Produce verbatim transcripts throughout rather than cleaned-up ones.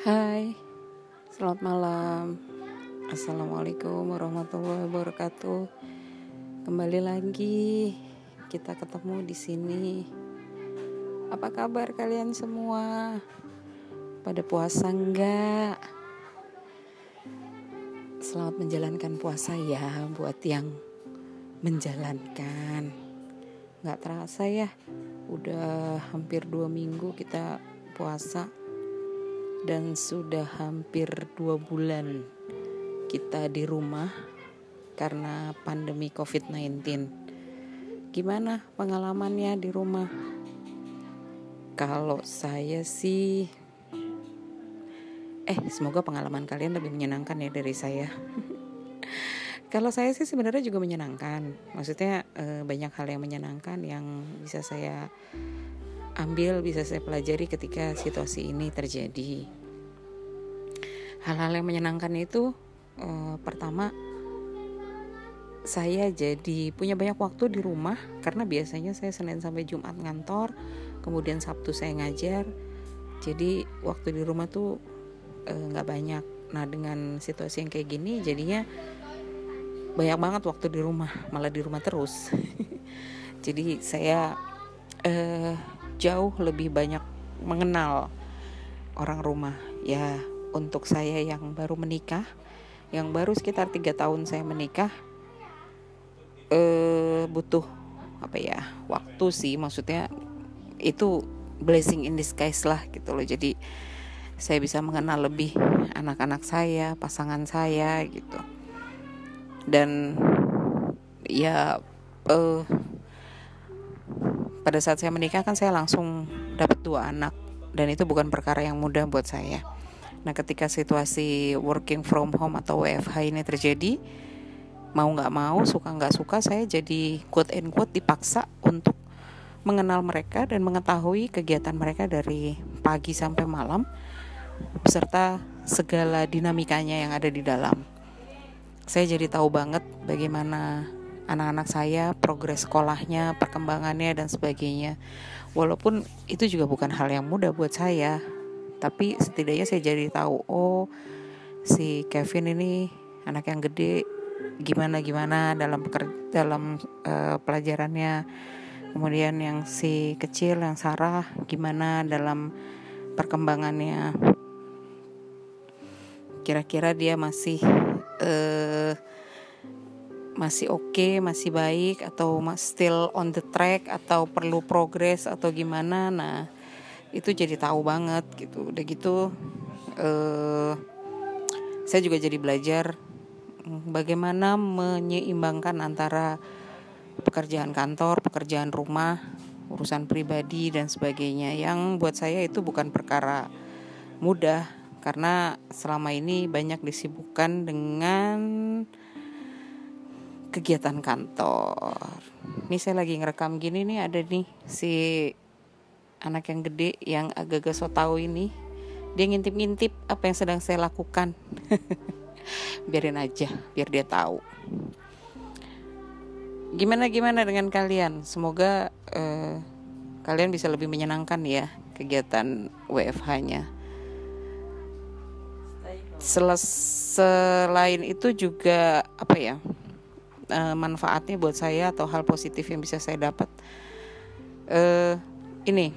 Hai, selamat malam. Assalamualaikum warahmatullahi wabarakatuh. Kembali lagi kita ketemu di sini. Apa kabar kalian semua? Pada puasa enggak? Selamat menjalankan puasa ya buat yang menjalankan. Enggak terasa ya, udah hampir dua minggu kita puasa. Dan sudah hampir dua bulan kita di rumah karena pandemi covid sembilan belas. Gimana pengalamannya di rumah? Kalau saya sih Eh semoga pengalaman kalian lebih menyenangkan ya dari saya. Kalau saya sih sebenarnya juga menyenangkan. Maksudnya eh, banyak hal yang menyenangkan yang bisa saya ambil, bisa saya pelajari ketika situasi ini terjadi. Hal-hal yang menyenangkan itu eh, pertama, saya jadi punya banyak waktu di rumah karena biasanya saya Senin sampai Jumat ngantor, kemudian Sabtu saya ngajar. Jadi waktu di rumah tuh eh, gak banyak. Nah dengan situasi yang kayak gini jadinya banyak banget waktu di rumah, malah di rumah terus. Jadi saya eh, jauh lebih banyak mengenal orang rumah. Ya untuk saya yang baru menikah, yang baru sekitar tiga tahun saya menikah, eh, butuh apa ya waktu sih, maksudnya itu blessing in disguise lah gitu loh. Jadi saya bisa mengenal lebih anak-anak saya, pasangan saya gitu. Dan ya eh, pada saat saya menikah kan saya langsung dapat dua anak, dan itu bukan perkara yang mudah buat saya. Nah ketika situasi working from home atau W F H ini terjadi, mau gak mau, suka gak suka, saya jadi quote and quote dipaksa untuk mengenal mereka dan mengetahui kegiatan mereka dari pagi sampai malam, beserta segala dinamikanya yang ada di dalam. Saya jadi tahu banget bagaimana anak-anak saya, progres sekolahnya, perkembangannya dan sebagainya. Walaupun itu juga bukan hal yang mudah buat saya, tapi setidaknya saya jadi tahu, oh si Kevin ini anak yang gede, gimana-gimana dalam peker- dalam uh, pelajarannya. Kemudian yang si kecil, yang Sarah, gimana dalam perkembangannya. Kira-kira dia masih uh, masih oke, okay, masih baik, atau still on the track, atau perlu progress atau gimana. Nah itu jadi tahu banget gitu. Udah gitu uh, saya juga jadi belajar bagaimana menyeimbangkan antara pekerjaan kantor, pekerjaan rumah, urusan pribadi dan sebagainya, yang buat saya itu bukan perkara mudah karena selama ini banyak disibukkan dengan kegiatan kantor. Ini saya lagi ngerekam gini nih, ada nih si anak yang gede yang agak-agak so tau ini, dia ngintip-ngintip apa yang sedang saya lakukan. Biarin aja, biar dia tahu. Gimana-gimana dengan kalian? Semoga eh, kalian bisa lebih menyenangkan ya kegiatan W F H-nya. Selain itu juga apa ya eh, manfaatnya buat saya atau hal positif yang bisa saya dapat, eh, ini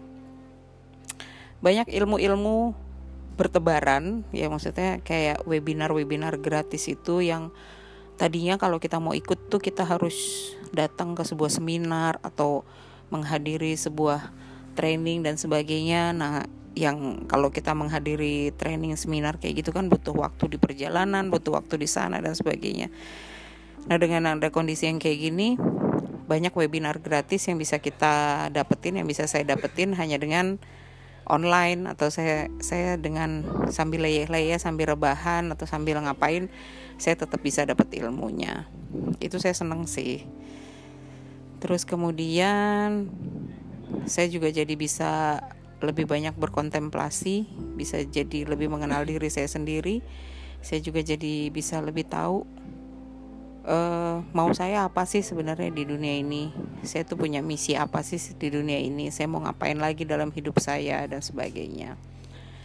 banyak ilmu-ilmu bertebaran ya, maksudnya kayak webinar-webinar gratis itu yang tadinya kalau kita mau ikut tuh kita harus datang ke sebuah seminar atau menghadiri sebuah training dan sebagainya. Nah yang kalau kita menghadiri training seminar kayak gitu kan butuh waktu di perjalanan, butuh waktu di sana dan sebagainya. Nah dengan ada kondisi yang kayak gini, banyak webinar gratis yang bisa kita dapetin, yang bisa saya dapetin hanya dengan online, atau saya saya dengan sambil leyeh-leyeh, sambil rebahan atau sambil ngapain, saya tetap bisa dapat ilmunya. Itu saya seneng sih. Terus kemudian saya juga jadi bisa lebih banyak berkontemplasi, bisa jadi lebih mengenal diri saya sendiri. Saya juga jadi bisa lebih tahu Uh, mau saya apa sih sebenarnya di dunia ini. Saya tuh punya misi apa sih di dunia ini. Saya mau ngapain lagi dalam hidup saya dan sebagainya.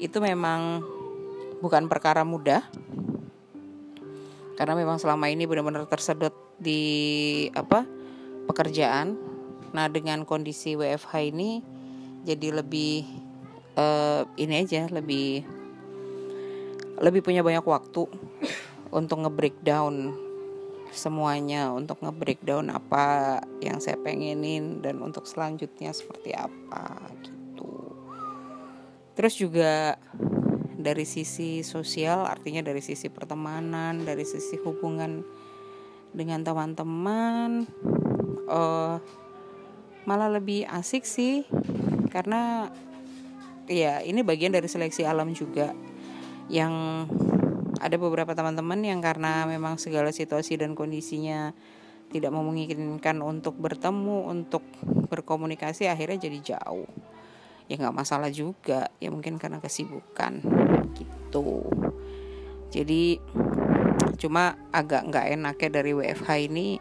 itu memang bukan perkara mudah, karena memang selama ini benar-benar tersedot di apa pekerjaan. Nah dengan kondisi W F H ini jadi lebih uh, ini aja lebih lebih punya banyak waktu untuk nge-breakdown semuanya, untuk nge-breakdown apa yang saya pengenin dan untuk selanjutnya seperti apa gitu. Terus juga dari sisi sosial, artinya dari sisi pertemanan, dari sisi hubungan dengan teman-teman, uh, malah lebih asik sih, karena ya ini bagian dari seleksi alam juga, yang ada beberapa teman-teman yang karena memang segala situasi dan kondisinya tidak memungkinkan untuk bertemu, untuk berkomunikasi, akhirnya jadi jauh. Ya nggak masalah juga, ya mungkin karena kesibukan gitu. Jadi cuma agak nggak enaknya dari W F H ini,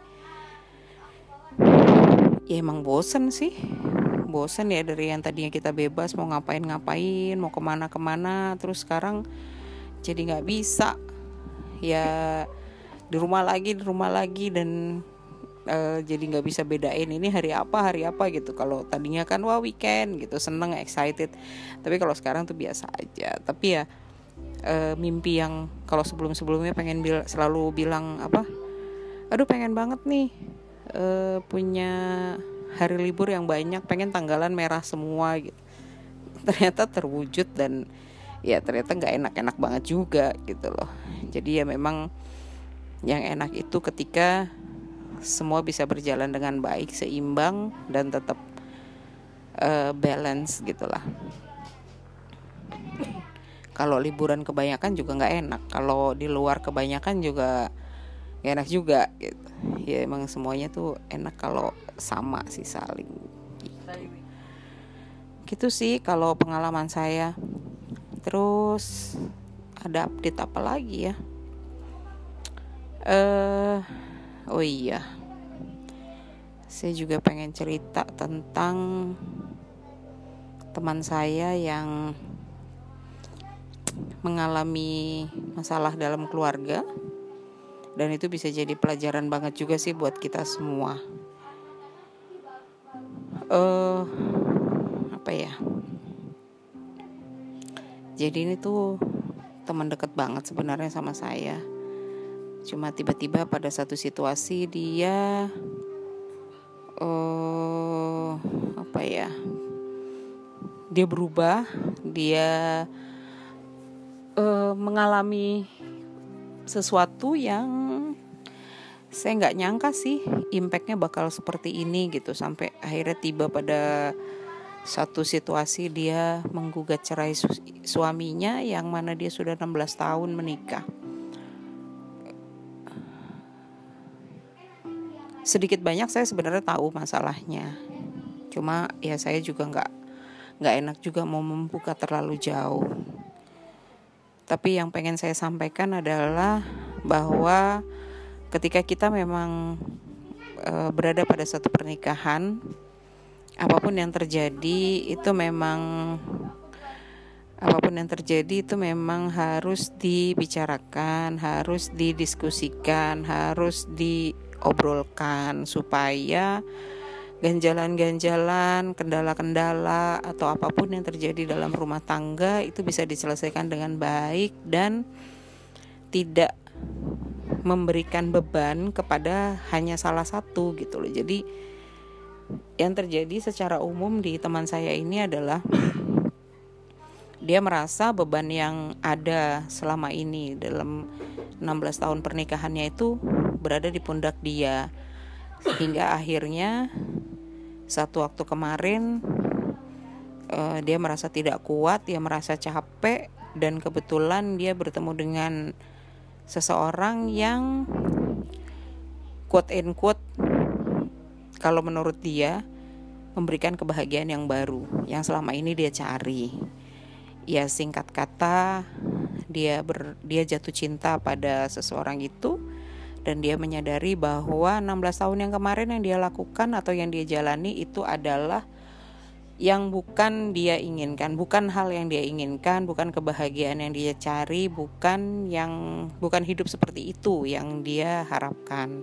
ya emang bosen sih. Bosen ya, dari yang tadinya kita bebas mau ngapain-ngapain, mau kemana-kemana, terus sekarang jadi nggak bisa, ya di rumah lagi di rumah lagi dan uh, jadi nggak bisa bedain ini hari apa hari apa gitu. Kalau tadinya kan wah weekend gitu, seneng, excited, tapi kalau sekarang tuh biasa aja. Tapi ya uh, mimpi yang kalau sebelum-sebelumnya pengen bil- selalu bilang apa, aduh pengen banget nih uh, punya hari libur yang banyak, pengen tanggalan merah semua gitu, ternyata terwujud dan ya ternyata nggak enak-enak banget juga gitu loh. Jadi ya memang yang enak itu ketika semua bisa berjalan dengan baik, seimbang dan tetap uh, balance gitulah. Kalau liburan kebanyakan juga nggak enak, kalau di luar kebanyakan juga nggak enak juga gitu. Ya emang semuanya tuh enak kalau sama sih, saling gitu. Gitu sih kalau pengalaman saya. Terus ada update apa lagi ya? Uh, oh iya, saya juga pengen cerita tentang teman saya yang mengalami masalah dalam keluarga, dan itu bisa jadi pelajaran banget juga sih buat kita semua. Uh, apa ya? Jadi ini tuh teman dekat banget sebenarnya sama saya. Cuma tiba-tiba pada satu situasi dia uh, apa ya? Dia berubah, dia uh, mengalami sesuatu yang saya nggak nyangka sih impactnya bakal seperti ini gitu, sampai akhirnya tiba pada satu situasi dia menggugat cerai su- suaminya yang mana dia sudah enam belas tahun menikah. Sedikit banyak saya sebenarnya tahu masalahnya, cuma ya saya juga nggak nggak enak juga mau membuka terlalu jauh. Tapi yang pengen saya sampaikan adalah bahwa ketika kita memang e, berada pada satu pernikahan, apapun yang terjadi itu memang apapun yang terjadi itu memang harus dibicarakan, harus didiskusikan, harus diobrolkan supaya ganjalan-ganjalan, kendala-kendala atau apapun yang terjadi dalam rumah tangga itu bisa diselesaikan dengan baik dan tidak memberikan beban kepada hanya salah satu gitu loh. Jadi yang terjadi secara umum di teman saya ini adalah dia merasa beban yang ada selama ini dalam enam belas tahun pernikahannya itu berada di pundak dia, hingga akhirnya satu waktu kemarin uh, dia merasa tidak kuat, dia merasa capek, dan kebetulan dia bertemu dengan seseorang yang quote and quote kalau menurut dia memberikan kebahagiaan yang baru yang selama ini dia cari. Ya singkat kata dia ber, dia jatuh cinta pada seseorang itu, dan dia menyadari bahwa enam belas tahun yang kemarin yang dia lakukan atau yang dia jalani itu adalah yang bukan dia inginkan, bukan hal yang dia inginkan, bukan kebahagiaan yang dia cari, bukan yang bukan hidup seperti itu yang dia harapkan.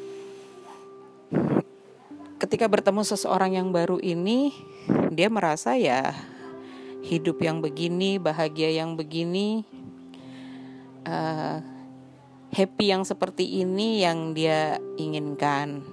Ketika bertemu seseorang yang baru ini, dia merasa ya hidup yang begini, bahagia yang begini, uh, happy yang seperti ini yang dia inginkan.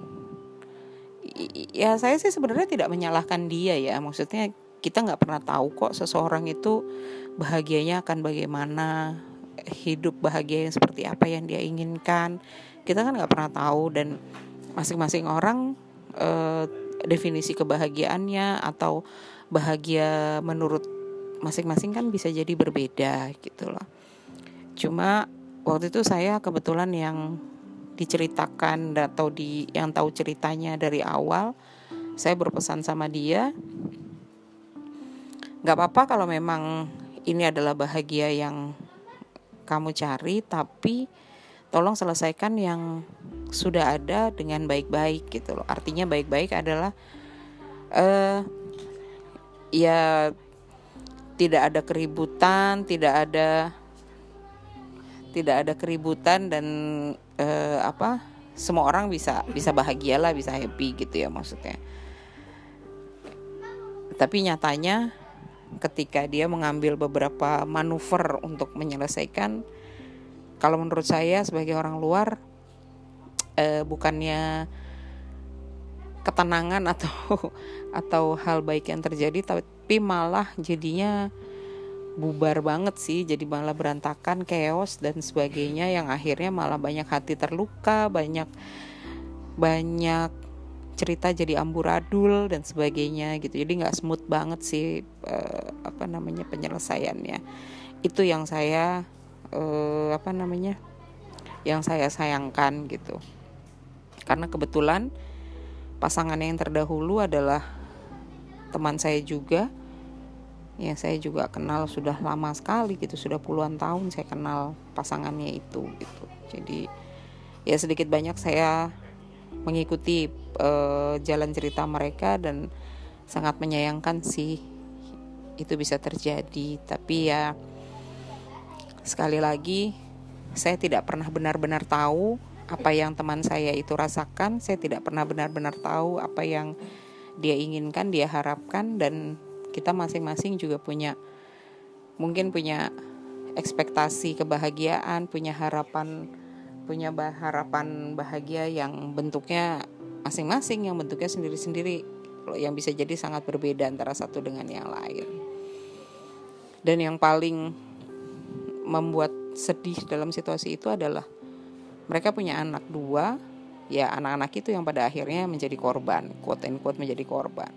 Ya saya sih sebenarnya tidak menyalahkan dia ya, maksudnya kita nggak pernah tahu kok seseorang itu bahagianya akan bagaimana, hidup bahagia yang seperti apa yang dia inginkan, kita kan nggak pernah tahu. Dan masing-masing orang eh, definisi kebahagiaannya atau bahagia menurut masing-masing kan bisa jadi berbeda gitu loh. Cuma waktu itu saya kebetulan yang diceritakan atau di yang tahu ceritanya dari awal, saya berpesan sama dia, nggak apa-apa kalau memang ini adalah bahagia yang kamu cari, tapi tolong selesaikan yang sudah ada dengan baik-baik gitu loh. Artinya baik-baik adalah uh, ya tidak ada keributan, tidak ada tidak ada keributan dan eh, apa semua orang bisa bisa bahagia lah, bisa happy gitu ya maksudnya. Tapi nyatanya ketika dia mengambil beberapa manuver untuk menyelesaikan, kalau menurut saya sebagai orang luar eh, bukannya ketenangan atau atau hal baik yang terjadi, tapi malah jadinya bubar banget sih, jadi malah berantakan, chaos dan sebagainya, yang akhirnya malah banyak hati terluka, banyak banyak cerita jadi amburadul dan sebagainya gitu. Jadi nggak smooth banget sih eh, apa namanya penyelesaiannya. Itu yang saya eh, apa namanya yang saya sayangkan gitu. Karena kebetulan pasangan yang terdahulu adalah teman saya juga. Ya saya juga kenal sudah lama sekali gitu, sudah puluhan tahun saya kenal pasangannya itu gitu. Jadi ya sedikit banyak saya mengikuti uh, jalan cerita mereka dan sangat menyayangkan sih itu bisa terjadi. Tapi ya sekali lagi saya tidak pernah benar-benar tahu apa yang teman saya itu rasakan, saya tidak pernah benar-benar tahu apa yang dia inginkan, dia harapkan, dan kita masing-masing juga punya mungkin punya ekspektasi kebahagiaan, punya harapan punya bah- harapan bahagia yang bentuknya masing-masing, yang bentuknya sendiri-sendiri, yang bisa jadi sangat berbeda antara satu dengan yang lain. Dan yang paling membuat sedih dalam situasi itu adalah mereka punya anak dua, ya anak-anak itu yang pada akhirnya menjadi korban, quote and quote menjadi korban.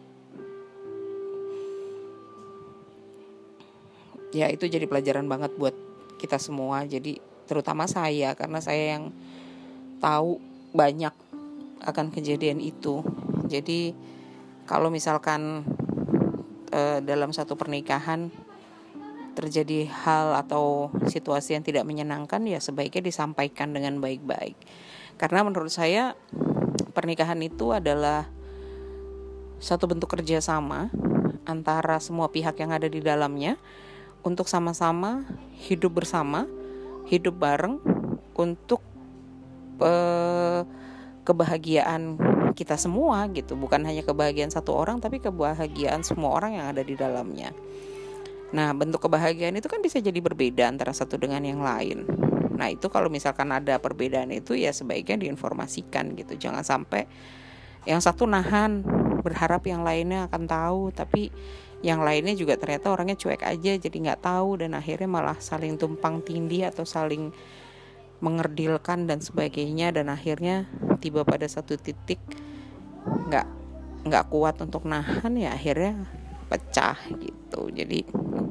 Ya itu jadi pelajaran banget buat kita semua, jadi terutama saya, karena saya yang tahu banyak akan kejadian itu. Jadi kalau misalkan e, dalam satu pernikahan terjadi hal atau situasi yang tidak menyenangkan, ya sebaiknya disampaikan dengan baik-baik. Karena menurut saya pernikahan itu adalah satu bentuk kerjasama antara semua pihak yang ada di dalamnya untuk sama-sama hidup bersama, hidup bareng untuk eh, kebahagiaan kita semua gitu. Bukan hanya kebahagiaan satu orang, tapi kebahagiaan semua orang yang ada di dalamnya. Nah, bentuk kebahagiaan itu kan bisa jadi berbeda antara satu dengan yang lain. Nah, itu kalau misalkan ada perbedaan itu ya sebaiknya diinformasikan gitu. Jangan sampai yang satu nahan, berharap yang lainnya akan tahu, tapi yang lainnya juga ternyata orangnya cuek aja, jadi nggak tahu, dan akhirnya malah saling tumpang tindih atau saling mengerdilkan dan sebagainya, dan akhirnya tiba pada satu titik nggak nggak kuat untuk nahan, ya akhirnya pecah gitu. Jadi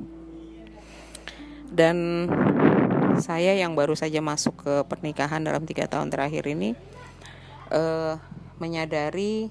dan saya yang baru saja masuk ke pernikahan dalam tiga tahun terakhir ini eh, menyadari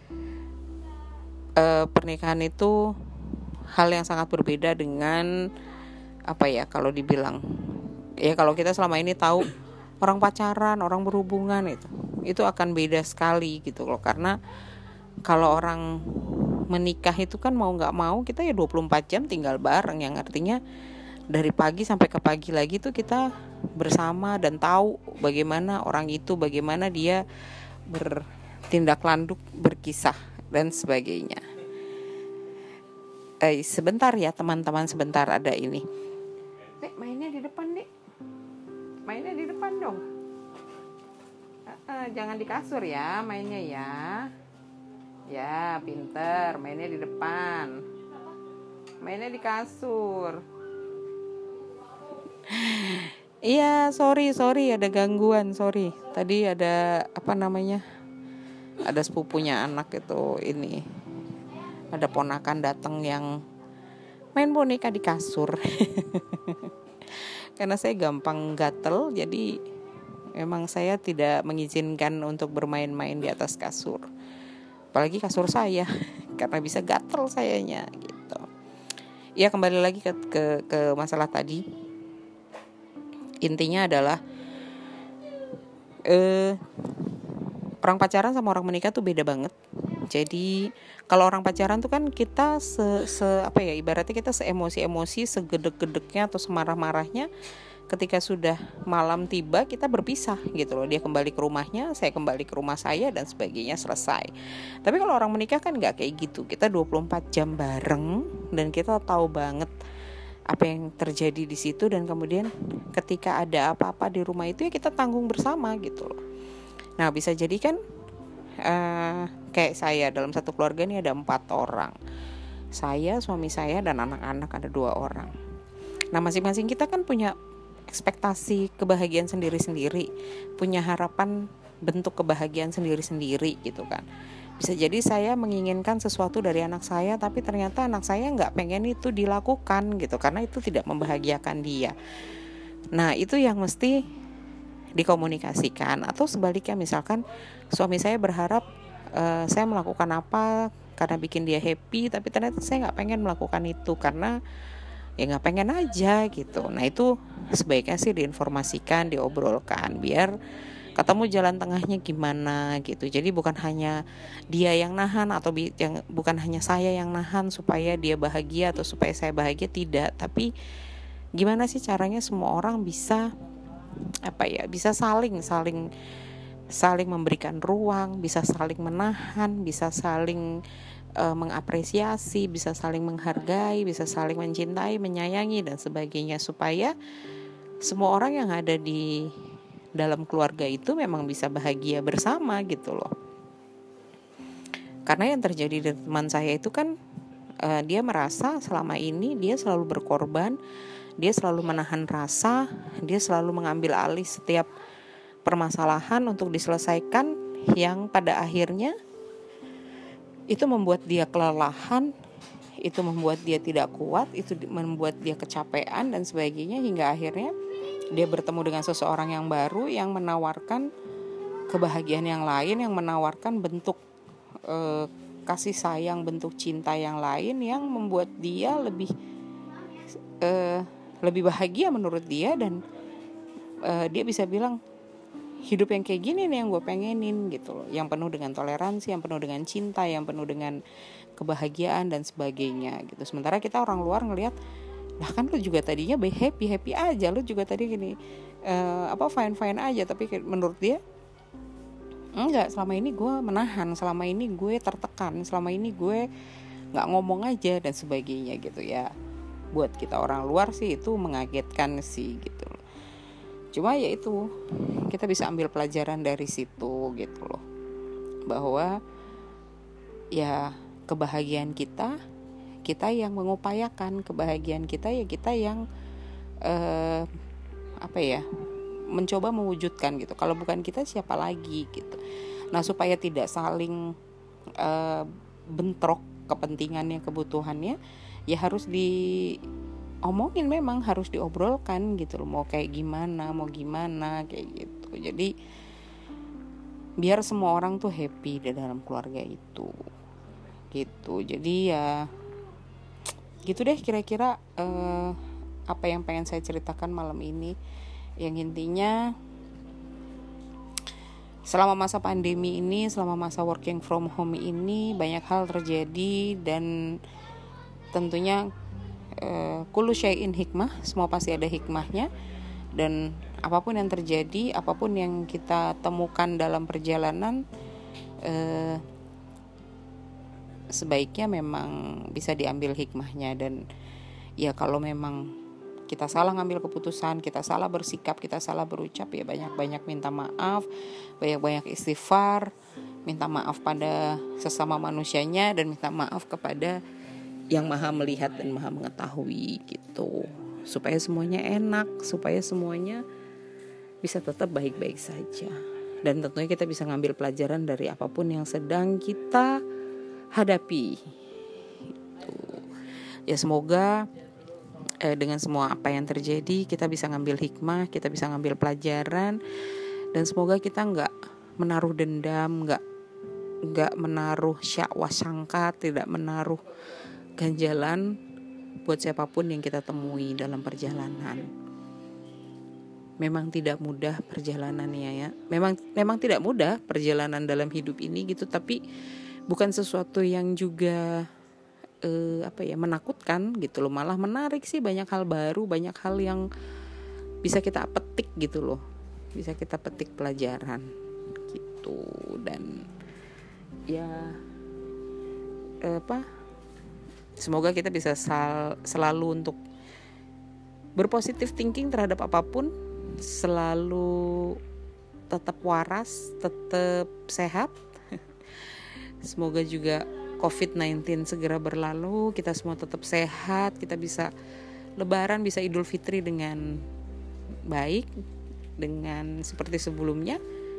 eh, pernikahan itu hal yang sangat berbeda dengan apa ya kalau dibilang ya kalau kita selama ini tahu orang pacaran, orang berhubungan itu itu akan beda sekali gitu loh. Karena kalau orang menikah itu kan mau nggak mau kita ya dua puluh empat jam tinggal bareng, yang artinya dari pagi sampai ke pagi lagi tuh kita bersama dan tahu bagaimana orang itu, bagaimana dia bertindak landuk, berkisah dan sebagainya. Eh, sebentar ya teman-teman, sebentar ada ini. Dek, mainnya di depan, Dek. Mainnya di depan dong. Uh, uh, jangan di kasur ya mainnya ya. Ya, pinter, mainnya di depan. Mainnya di kasur. Iya, sorry, sorry ada gangguan, sorry. Tadi ada apa namanya? Ada sepupunya anak itu ini. Ada ponakan datang yang main boneka di kasur. Karena saya gampang gatel, jadi memang saya tidak mengizinkan untuk bermain-main di atas kasur. Apalagi kasur saya, karena bisa gatel sayanya gitu. Ya, kembali lagi ke ke, ke masalah tadi. Intinya adalah eh, orang pacaran sama orang menikah tuh beda banget. Jadi kalau orang pacaran tuh kan kita se, se apa ya, ibaratnya kita seemosi-emosi, segedek-gedeknya atau semarah-marahnya. Ketika sudah malam tiba kita berpisah gitu loh. Dia kembali ke rumahnya, saya kembali ke rumah saya dan sebagainya, selesai. Tapi kalau orang menikah kan gak kayak gitu. Kita dua puluh empat jam bareng dan kita tahu banget apa yang terjadi di situ, dan kemudian ketika ada apa-apa di rumah itu ya kita tanggung bersama gitu loh. Nah, bisa jadi kan uh, kayak saya dalam satu keluarga ini ada empat orang. Saya, suami saya, dan anak-anak ada dua orang. Nah, masing-masing kita kan punya ekspektasi kebahagiaan sendiri-sendiri, punya harapan bentuk kebahagiaan sendiri-sendiri gitu kan. Bisa jadi saya menginginkan sesuatu dari anak saya, tapi ternyata anak saya nggak pengen itu dilakukan gitu, karena itu tidak membahagiakan dia. Nah, itu yang mesti dikomunikasikan. Atau sebaliknya, misalkan suami saya berharap uh, saya melakukan apa karena bikin dia happy, tapi ternyata saya nggak pengen melakukan itu karena ya nggak pengen aja gitu. Nah, itu sebaiknya sih diinformasikan, diobrolkan, biar ketemu jalan tengahnya gimana gitu. Jadi bukan hanya dia yang nahan atau bi- yang bukan hanya saya yang nahan supaya dia bahagia atau supaya saya bahagia, tidak. Tapi gimana sih caranya semua orang bisa apa ya, bisa saling saling saling memberikan ruang, bisa saling menahan, bisa saling uh, mengapresiasi, bisa saling menghargai, bisa saling mencintai, menyayangi dan sebagainya, supaya semua orang yang ada di dalam keluarga itu memang bisa bahagia bersama gitu loh. Karena yang terjadi dari teman saya itu kan uh, dia merasa selama ini dia selalu berkorban, dia selalu menahan rasa, dia selalu mengambil alih setiap permasalahan untuk diselesaikan, yang pada akhirnya itu membuat dia kelelahan, itu membuat dia tidak kuat, itu membuat dia kecapean dan sebagainya, hingga akhirnya dia bertemu dengan seseorang yang baru yang menawarkan kebahagiaan yang lain, yang menawarkan bentuk eh, kasih sayang, bentuk cinta yang lain, yang membuat dia lebih eh, lebih bahagia menurut dia, dan eh, dia bisa bilang hidup yang kayak gini nih yang gue pengenin gitu loh, yang penuh dengan toleransi, yang penuh dengan cinta, yang penuh dengan kebahagiaan dan sebagainya gitu. Sementara kita orang luar ngelihat, lah kan lu juga tadinya happy happy aja, lu juga tadi gini uh, apa fine fine aja, tapi menurut dia enggak, selama ini gue menahan, selama ini gue tertekan, selama ini gue nggak ngomong aja dan sebagainya gitu ya. Buat kita orang luar sih itu mengagetkan sih gitu loh. Cuma ya itu, kita bisa ambil pelajaran dari situ gitu loh, bahwa ya kebahagiaan kita kita yang mengupayakan, kebahagiaan kita ya kita yang eh, apa ya, mencoba mewujudkan gitu. Kalau bukan kita siapa lagi gitu. Nah, supaya tidak saling eh, bentrok kepentingannya, kebutuhannya, ya harus diomongin, memang harus diobrolkan gitu loh. Mau kayak gimana, mau gimana kayak gitu. Jadi biar semua orang tuh happy di dalam keluarga itu gitu. Jadi ya gitu deh kira-kira uh, apa yang pengen saya ceritakan malam ini. Yang intinya selama masa pandemi ini, selama masa working from home ini banyak hal terjadi, dan tentunya uh, kullu syai'in hikmah, semua pasti ada hikmahnya. Dan apapun yang terjadi, apapun yang kita temukan dalam perjalanan, uh, sebaiknya memang bisa diambil hikmahnya. Dan ya kalau memang kita salah ngambil keputusan, kita salah bersikap, kita salah berucap, ya banyak-banyak minta maaf, banyak-banyak istighfar, minta maaf pada sesama manusianya, dan minta maaf kepada yang maha melihat dan maha mengetahui gitu, supaya semuanya enak, supaya semuanya bisa tetap baik-baik saja. Dan tentunya kita bisa ngambil pelajaran dari apapun yang sedang kita hadapi gitu. Ya semoga eh, dengan semua apa yang terjadi kita bisa ngambil hikmah, kita bisa ngambil pelajaran, dan semoga kita nggak menaruh dendam, nggak nggak menaruh syakwa sangka, tidak menaruh ganjalan buat siapapun yang kita temui dalam perjalanan. Memang tidak mudah perjalanannya ya. Memang memang tidak mudah perjalanan dalam hidup ini gitu, tapi bukan sesuatu yang juga eh, apa ya menakutkan gitu loh, malah menarik sih, banyak hal baru, banyak hal yang bisa kita petik gitu loh, bisa kita petik pelajaran gitu. Dan ya eh, apa semoga kita bisa sal- selalu untuk berpositif thinking terhadap apapun, selalu tetap waras, tetap sehat. Semoga juga covid sembilan belas segera berlalu, kita semua tetap sehat, kita bisa lebaran, bisa Idul Fitri dengan baik, dengan seperti sebelumnya.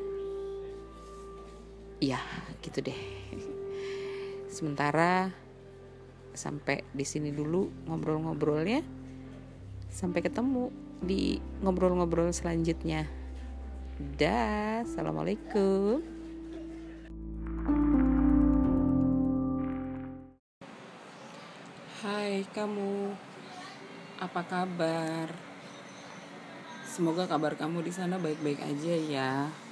Ya, gitu deh. Sementara sampai di sini dulu ngobrol-ngobrolnya. Sampai ketemu di ngobrol-ngobrol selanjutnya. Dah, assalamualaikum. Hai kamu, apa kabar? Semoga kabar kamu di sana baik-baik aja ya.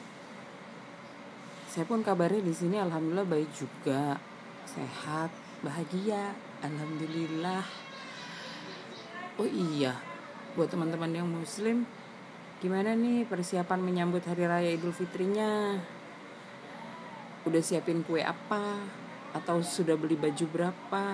Saya pun kabarnya di sini alhamdulillah baik juga, sehat, bahagia, alhamdulillah. Oh iya, buat teman-teman yang muslim, gimana nih persiapan menyambut hari raya Idul Fitrinya? Udah siapin kue apa? Atau sudah beli baju berapa?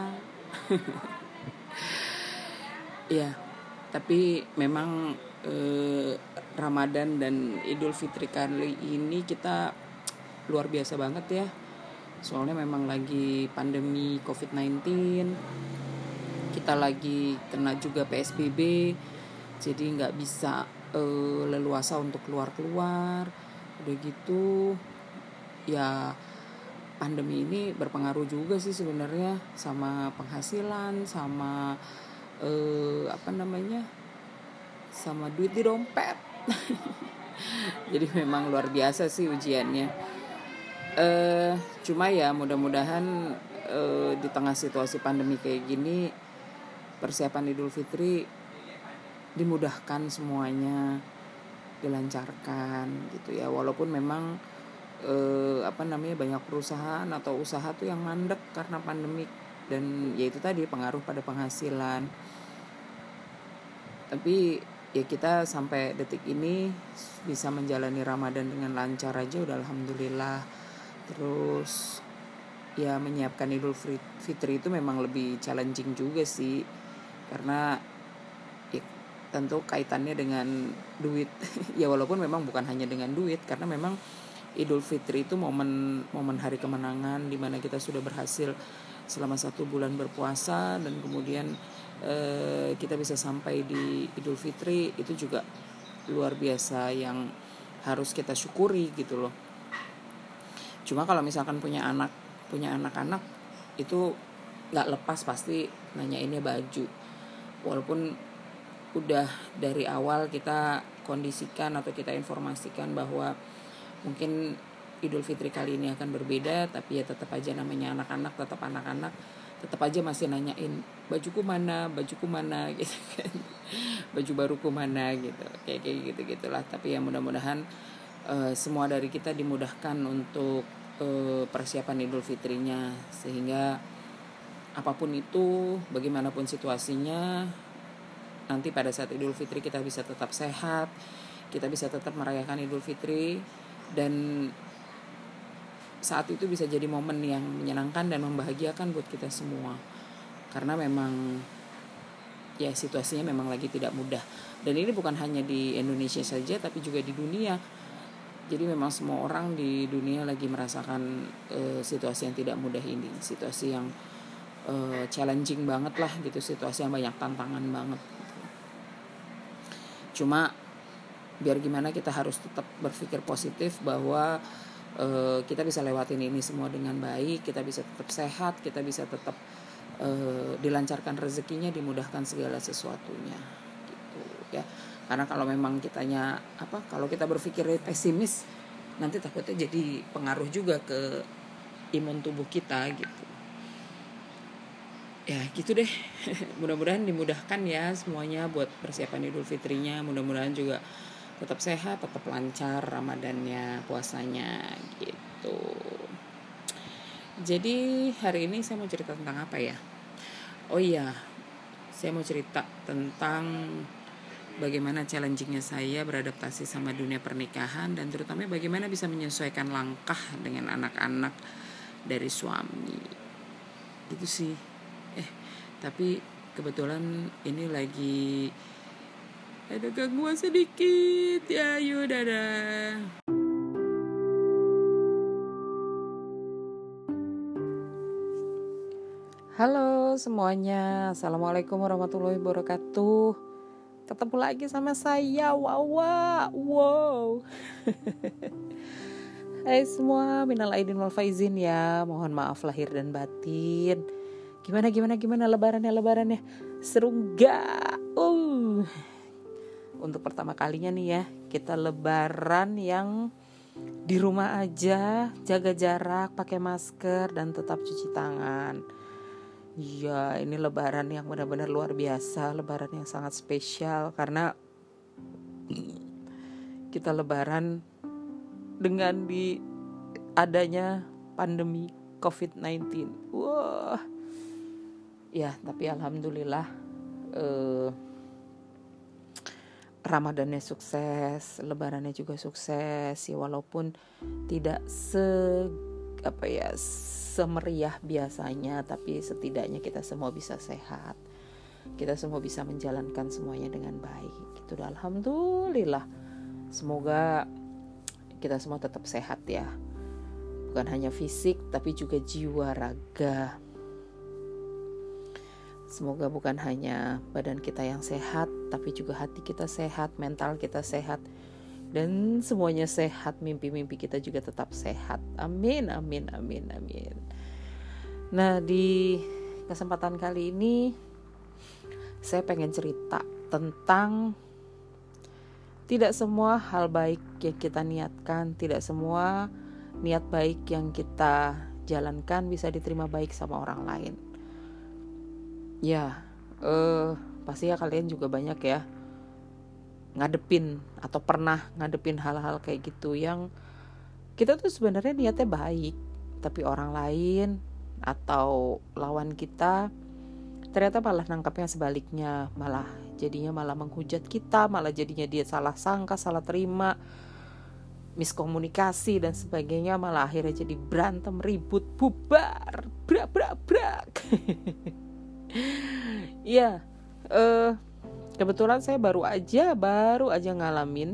Ya, tapi memang eh, Ramadan dan Idul Fitri kali ini kita luar biasa banget ya. Soalnya memang lagi pandemi covid sembilan belas, kita lagi kena juga P S B B, jadi nggak bisa uh, leluasa untuk keluar-keluar. Udah gitu ya, pandemi ini berpengaruh juga sih sebenarnya sama penghasilan, sama uh, apa namanya sama duit di dompet. Jadi memang luar biasa sih ujiannya. Uh, cuma ya mudah-mudahan uh, di tengah situasi pandemi kayak gini, persiapan Idul Fitri dimudahkan semuanya, dilancarkan gitu ya. Walaupun memang eh, apa namanya banyak perusahaan atau usaha tuh yang mandek karena pandemik, dan ya itu tadi pengaruh pada penghasilan. Tapi ya kita sampai detik ini bisa menjalani Ramadan dengan lancar aja udah alhamdulillah. Terus ya menyiapkan Idul Fitri itu memang lebih challenging juga sih, karena ya, tentu kaitannya dengan duit. Ya walaupun memang bukan hanya dengan duit, karena memang Idul Fitri itu momen momen hari kemenangan di mana kita sudah berhasil selama satu bulan berpuasa, dan kemudian eh, kita bisa sampai di Idul Fitri, itu juga luar biasa yang harus kita syukuri gitu loh. Cuma kalau misalkan punya anak punya anak-anak itu nggak lepas pasti nanyainnya baju, walaupun udah dari awal kita kondisikan atau kita informasikan bahwa mungkin Idul Fitri kali ini akan berbeda, tapi ya tetap aja namanya anak-anak, tetap anak-anak, tetap aja masih nanyain bajuku mana, bajuku mana gitu kan, baju baruku mana gitu, kayak kayak gitu gitulah. Tapi ya mudah-mudahan uh, semua dari kita dimudahkan untuk uh, persiapan Idul Fitrinya, sehingga apapun itu, bagaimanapun situasinya, nanti pada saat Idul Fitri kita bisa tetap sehat, kita bisa tetap merayakan Idul Fitri, dan saat itu bisa jadi momen yang menyenangkan dan membahagiakan buat kita semua. Karena memang ya situasinya memang lagi tidak mudah. Dan ini bukan hanya di Indonesia saja, tapi juga di dunia. Jadi memang semua orang di dunia lagi merasakan uh, situasi yang tidak mudah ini, situasi yang uh, challenging banget lah gitu, situasi yang banyak tantangan banget. Cuma biar gimana kita harus tetap berpikir positif bahwa Uh, kita bisa lewatin ini semua dengan baik, kita bisa tetap sehat, kita bisa tetap uh, dilancarkan rezekinya, dimudahkan segala sesuatunya gitu ya. Karena kalau memang kitanya apa kalau kita berpikir pesimis, nanti takutnya jadi pengaruh juga ke imun tubuh kita gitu ya, gitu deh. Mudah-mudahan dimudahkan ya semuanya buat persiapan Idul Fitrinya, mudah-mudahan juga tetap sehat, tetap lancar Ramadannya, puasanya gitu. Jadi hari ini saya mau cerita tentang apa ya? Oh iya, saya mau cerita tentang bagaimana challengingnya saya beradaptasi sama dunia pernikahan, dan terutama bagaimana bisa menyesuaikan langkah dengan anak-anak dari suami. Gitu sih. Eh, tapi kebetulan ini lagi ada gangguan sedikit ya, yuk dadah. Halo semuanya, assalamualaikum warahmatullahi wabarakatuh. Ketemu lagi sama saya, Wawa. Wow. Hai semua, minal aidin wal faizin ya. Mohon maaf lahir dan batin. Gimana gimana gimana lebarannya lebarannya seru gak? Uh. Untuk pertama kalinya nih ya, kita lebaran yang di rumah aja, jaga jarak, pakai masker, dan tetap cuci tangan. Iya, ini lebaran yang benar-benar luar biasa, lebaran yang sangat spesial, karena kita lebaran dengan di adanya pandemi covid sembilan belas. Wah, ya tapi alhamdulillah eh, Ramadannya sukses, lebarannya juga sukses ya, walaupun tidak se apa ya semeriah biasanya, tapi setidaknya kita semua bisa sehat, kita semua bisa menjalankan semuanya dengan baik. Itu alhamdulillah. Semoga kita semua tetap sehat ya, bukan hanya fisik tapi juga jiwa raga. Semoga bukan hanya badan kita yang sehat, tapi juga hati kita sehat, mental kita sehat, dan semuanya sehat, mimpi-mimpi kita juga tetap sehat. Amin, amin, amin, amin. Nah, di kesempatan kali ini saya pengen cerita tentang tidak semua hal baik yang kita niatkan, tidak semua niat baik yang kita jalankan bisa diterima baik sama orang lain. Ya, eh, pasti ya kalian juga banyak ya ngadepin atau pernah ngadepin hal-hal kayak gitu yang kita tuh sebenarnya niatnya baik, tapi orang lain atau lawan kita ternyata malah nangkapnya sebaliknya, malah jadinya malah menghujat kita, malah jadinya dia salah sangka, salah terima, miskomunikasi dan sebagainya, malah akhirnya jadi berantem, ribut, bubar, brak brak brak. Iya, uh, kebetulan saya baru aja baru aja ngalamin,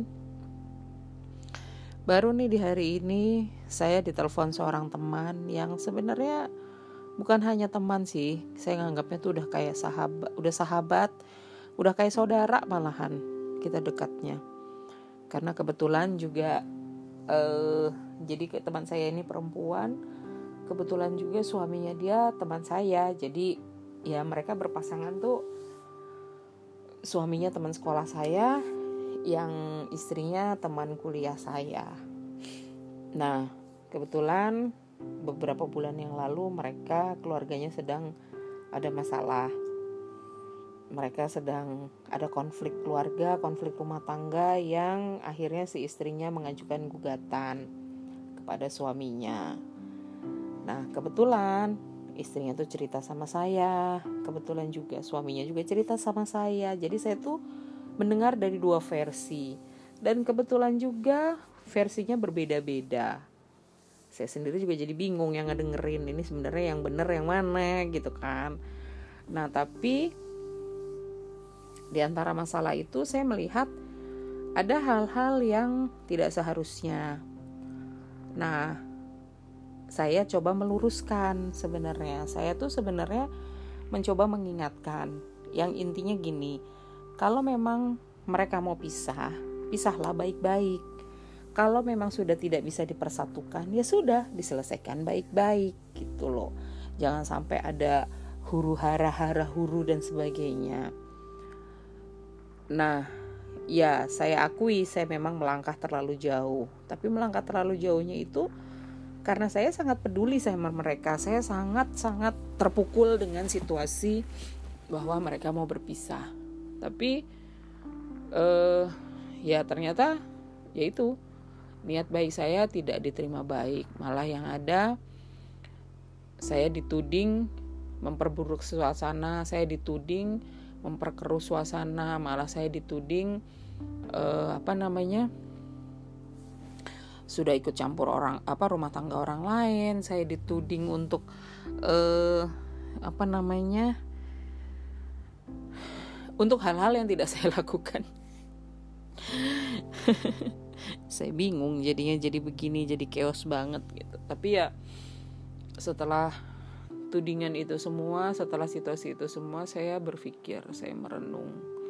baru nih di hari ini saya ditelepon seorang teman yang sebenarnya bukan hanya teman sih, saya nganggapnya tuh udah kayak sahabat, udah sahabat, udah kayak saudara malahan kita dekatnya. Karena kebetulan juga, uh, jadi teman saya ini perempuan, kebetulan juga suaminya dia teman saya, jadi ya mereka berpasangan tuh, suaminya teman sekolah saya, yang istrinya teman kuliah saya. Nah, kebetulan beberapa bulan yang lalu mereka keluarganya sedang ada masalah. mereka sedang ada konflik keluarga, konflik rumah tangga yang akhirnya si istrinya mengajukan gugatan kepada suaminya. Nah, kebetulan istrinya tuh cerita sama saya, kebetulan juga suaminya juga cerita sama saya. Jadi saya tuh mendengar dari dua versi, dan kebetulan juga versinya berbeda-beda. Saya sendiri juga jadi bingung yang ngedengerin ini sebenarnya yang bener yang mana gitu kan. Nah, tapi di antara masalah itu saya melihat ada hal-hal yang tidak seharusnya. Nah, saya coba meluruskan sebenarnya. Saya tuh sebenarnya mencoba mengingatkan yang intinya gini, kalau memang mereka mau pisah, pisahlah baik-baik. Kalau memang sudah tidak bisa dipersatukan, ya sudah diselesaikan baik-baik gitu loh. Jangan sampai ada huru hara hara huru dan sebagainya. Nah, ya saya akui saya memang melangkah terlalu jauh. Tapi melangkah terlalu jauhnya itu karena saya sangat peduli sama mereka. Saya sangat-sangat terpukul dengan situasi bahwa mereka mau berpisah. Tapi eh, ya ternyata yaitu niat baik saya tidak diterima baik. Malah yang ada saya dituding memperburuk suasana, saya dituding memperkeruh suasana, malah saya dituding eh, apa namanya sudah ikut campur orang apa rumah tangga orang lain. Saya dituding untuk eh, apa namanya untuk hal-hal yang tidak saya lakukan. Saya bingung jadinya, jadi begini, jadi chaos banget gitu. Tapi ya setelah tudingan itu semua, setelah situasi itu semua, saya berpikir, saya merenung.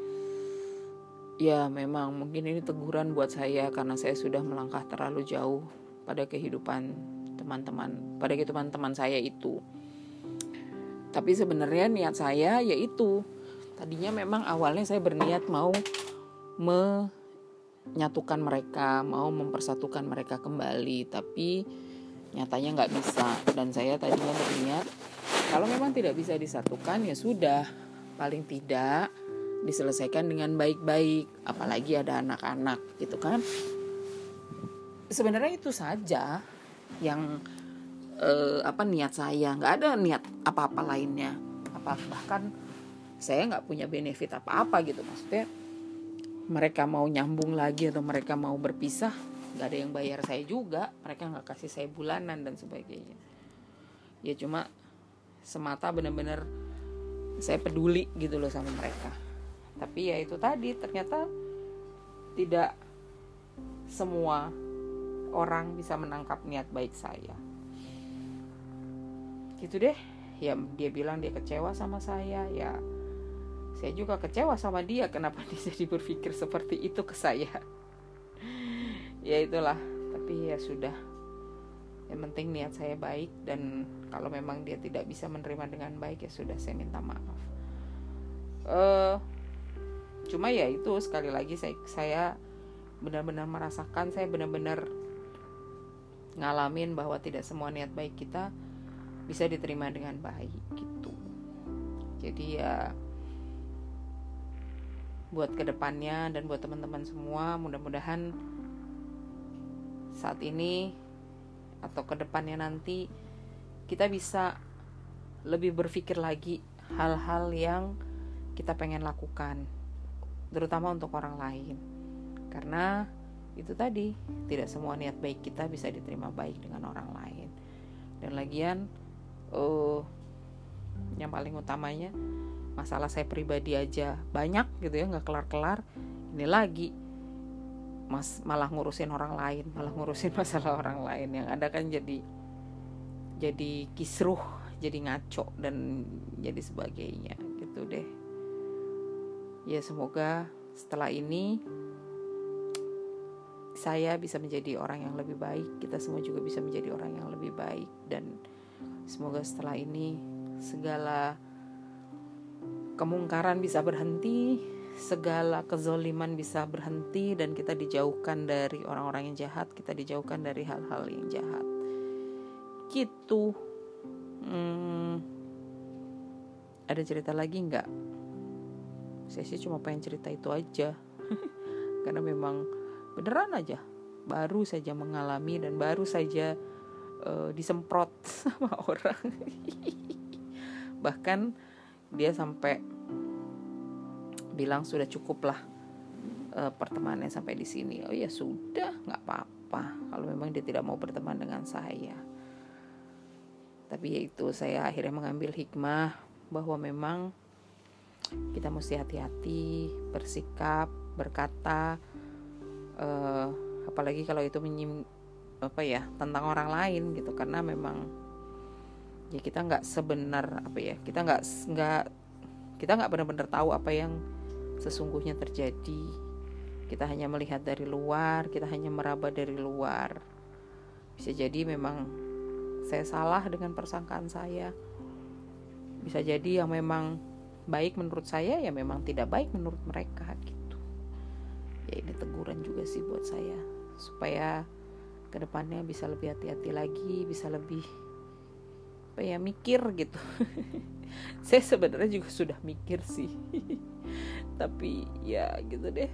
Ya memang mungkin ini teguran buat saya karena saya sudah melangkah terlalu jauh pada kehidupan teman-teman, pada kehidupan teman saya itu. Tapi sebenarnya niat saya yaitu, tadinya memang awalnya saya berniat mau menyatukan mereka, mau mempersatukan mereka kembali, tapi nyatanya nggak bisa. Dan saya tadinya berniat kalau memang tidak bisa disatukan ya sudah, paling tidak diselesaikan dengan baik-baik, apalagi ada anak-anak gitu kan. Sebenarnya itu saja yang eh, apa niat saya, nggak ada niat apa-apa lainnya. Apa bahkan saya nggak punya benefit apa-apa gitu, maksudnya mereka mau nyambung lagi atau mereka mau berpisah, nggak ada yang bayar saya juga, mereka nggak kasih saya bulanan dan sebagainya. Ya cuma semata benar-benar saya peduli gitu loh sama mereka. Tapi ya itu tadi, ternyata tidak semua orang bisa menangkap niat baik saya. Gitu deh. Ya dia bilang dia kecewa sama saya, ya saya juga kecewa sama dia, kenapa dia jadi berpikir seperti itu ke saya. Ya itulah, tapi ya sudah. Yang penting niat saya baik, dan kalau memang dia tidak bisa menerima dengan baik ya sudah, saya minta maaf. Uh, cuma ya itu sekali lagi saya, saya benar-benar merasakan, saya benar-benar ngalamin bahwa tidak semua niat baik kita bisa diterima dengan baik gitu. Jadi ya buat kedepannya dan buat teman-teman semua, mudah-mudahan saat ini atau kedepannya nanti kita bisa lebih berpikir lagi hal-hal yang kita pengen lakukan, terutama untuk orang lain. Karena itu tadi, tidak semua niat baik kita bisa diterima baik dengan orang lain. Dan lagian uh, yang paling utamanya, masalah saya pribadi aja banyak gitu ya, gak kelar-kelar. Ini lagi mas malah ngurusin orang lain, malah ngurusin masalah orang lain, yang ada kan jadi jadi kisruh, jadi ngaco dan jadi sebagainya gitu deh. Ya semoga setelah ini saya bisa menjadi orang yang lebih baik, kita semua juga bisa menjadi orang yang lebih baik, dan semoga setelah ini segala kemungkaran bisa berhenti, segala kezoliman bisa berhenti, dan kita dijauhkan dari orang-orang yang jahat, kita dijauhkan dari hal-hal yang jahat gitu. hmm, Ada cerita lagi nggak? Saya sih cuma pengen cerita itu aja. Karena memang beneran aja baru saja mengalami dan baru saja uh, disemprot sama orang. Bahkan dia sampai bilang sudah cukup lah uh, pertemanannya sampai di sini. Oh ya sudah, nggak apa-apa kalau memang dia tidak mau berteman dengan saya. Tapi ya itu, saya akhirnya mengambil hikmah bahwa memang kita mesti hati-hati bersikap, berkata, uh, apalagi kalau itu menyim, apa ya tentang orang lain gitu, karena memang ya kita nggak sebenar apa ya kita nggak nggak kita nggak benar-benar tahu apa yang sesungguhnya terjadi. Kita hanya melihat dari luar, kita hanya meraba dari luar. Bisa jadi memang saya salah dengan persangkaan saya. Bisa jadi yang memang baik menurut saya ya memang tidak baik menurut mereka gitu. Ya ini teguran juga sih buat saya, supaya kedepannya bisa lebih hati-hati lagi, bisa lebih apa ya mikir gitu. Saya sebenarnya juga sudah mikir sih. Tapi ya gitu deh,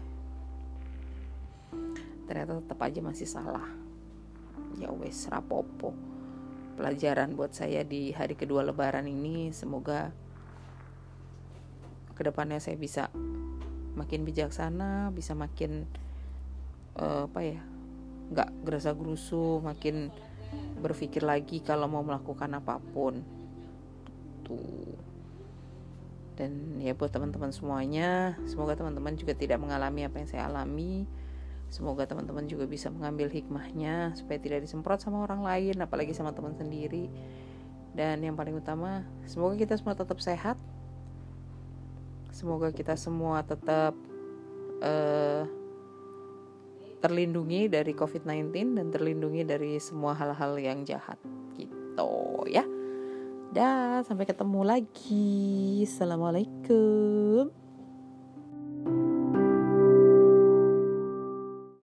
ternyata tetap aja masih salah. Ya wes rapopo. Pelajaran buat saya di hari kedua lebaran ini, semoga kedepannya saya bisa makin bijaksana, bisa makin uh, apa ya nggak gerasa-gerusu, makin berpikir lagi kalau mau melakukan apapun tuh. Dan ya buat teman-teman semuanya, semoga teman-teman juga tidak mengalami apa yang saya alami. Semoga teman-teman juga bisa mengambil hikmahnya supaya tidak disemprot sama orang lain, apalagi sama teman sendiri. Dan yang paling utama, semoga kita semua tetap sehat. Semoga kita semua tetap uh, terlindungi dari covid sembilan belas dan terlindungi dari semua hal-hal yang jahat gitu ya. Dah, sampai ketemu lagi. Assalamualaikum.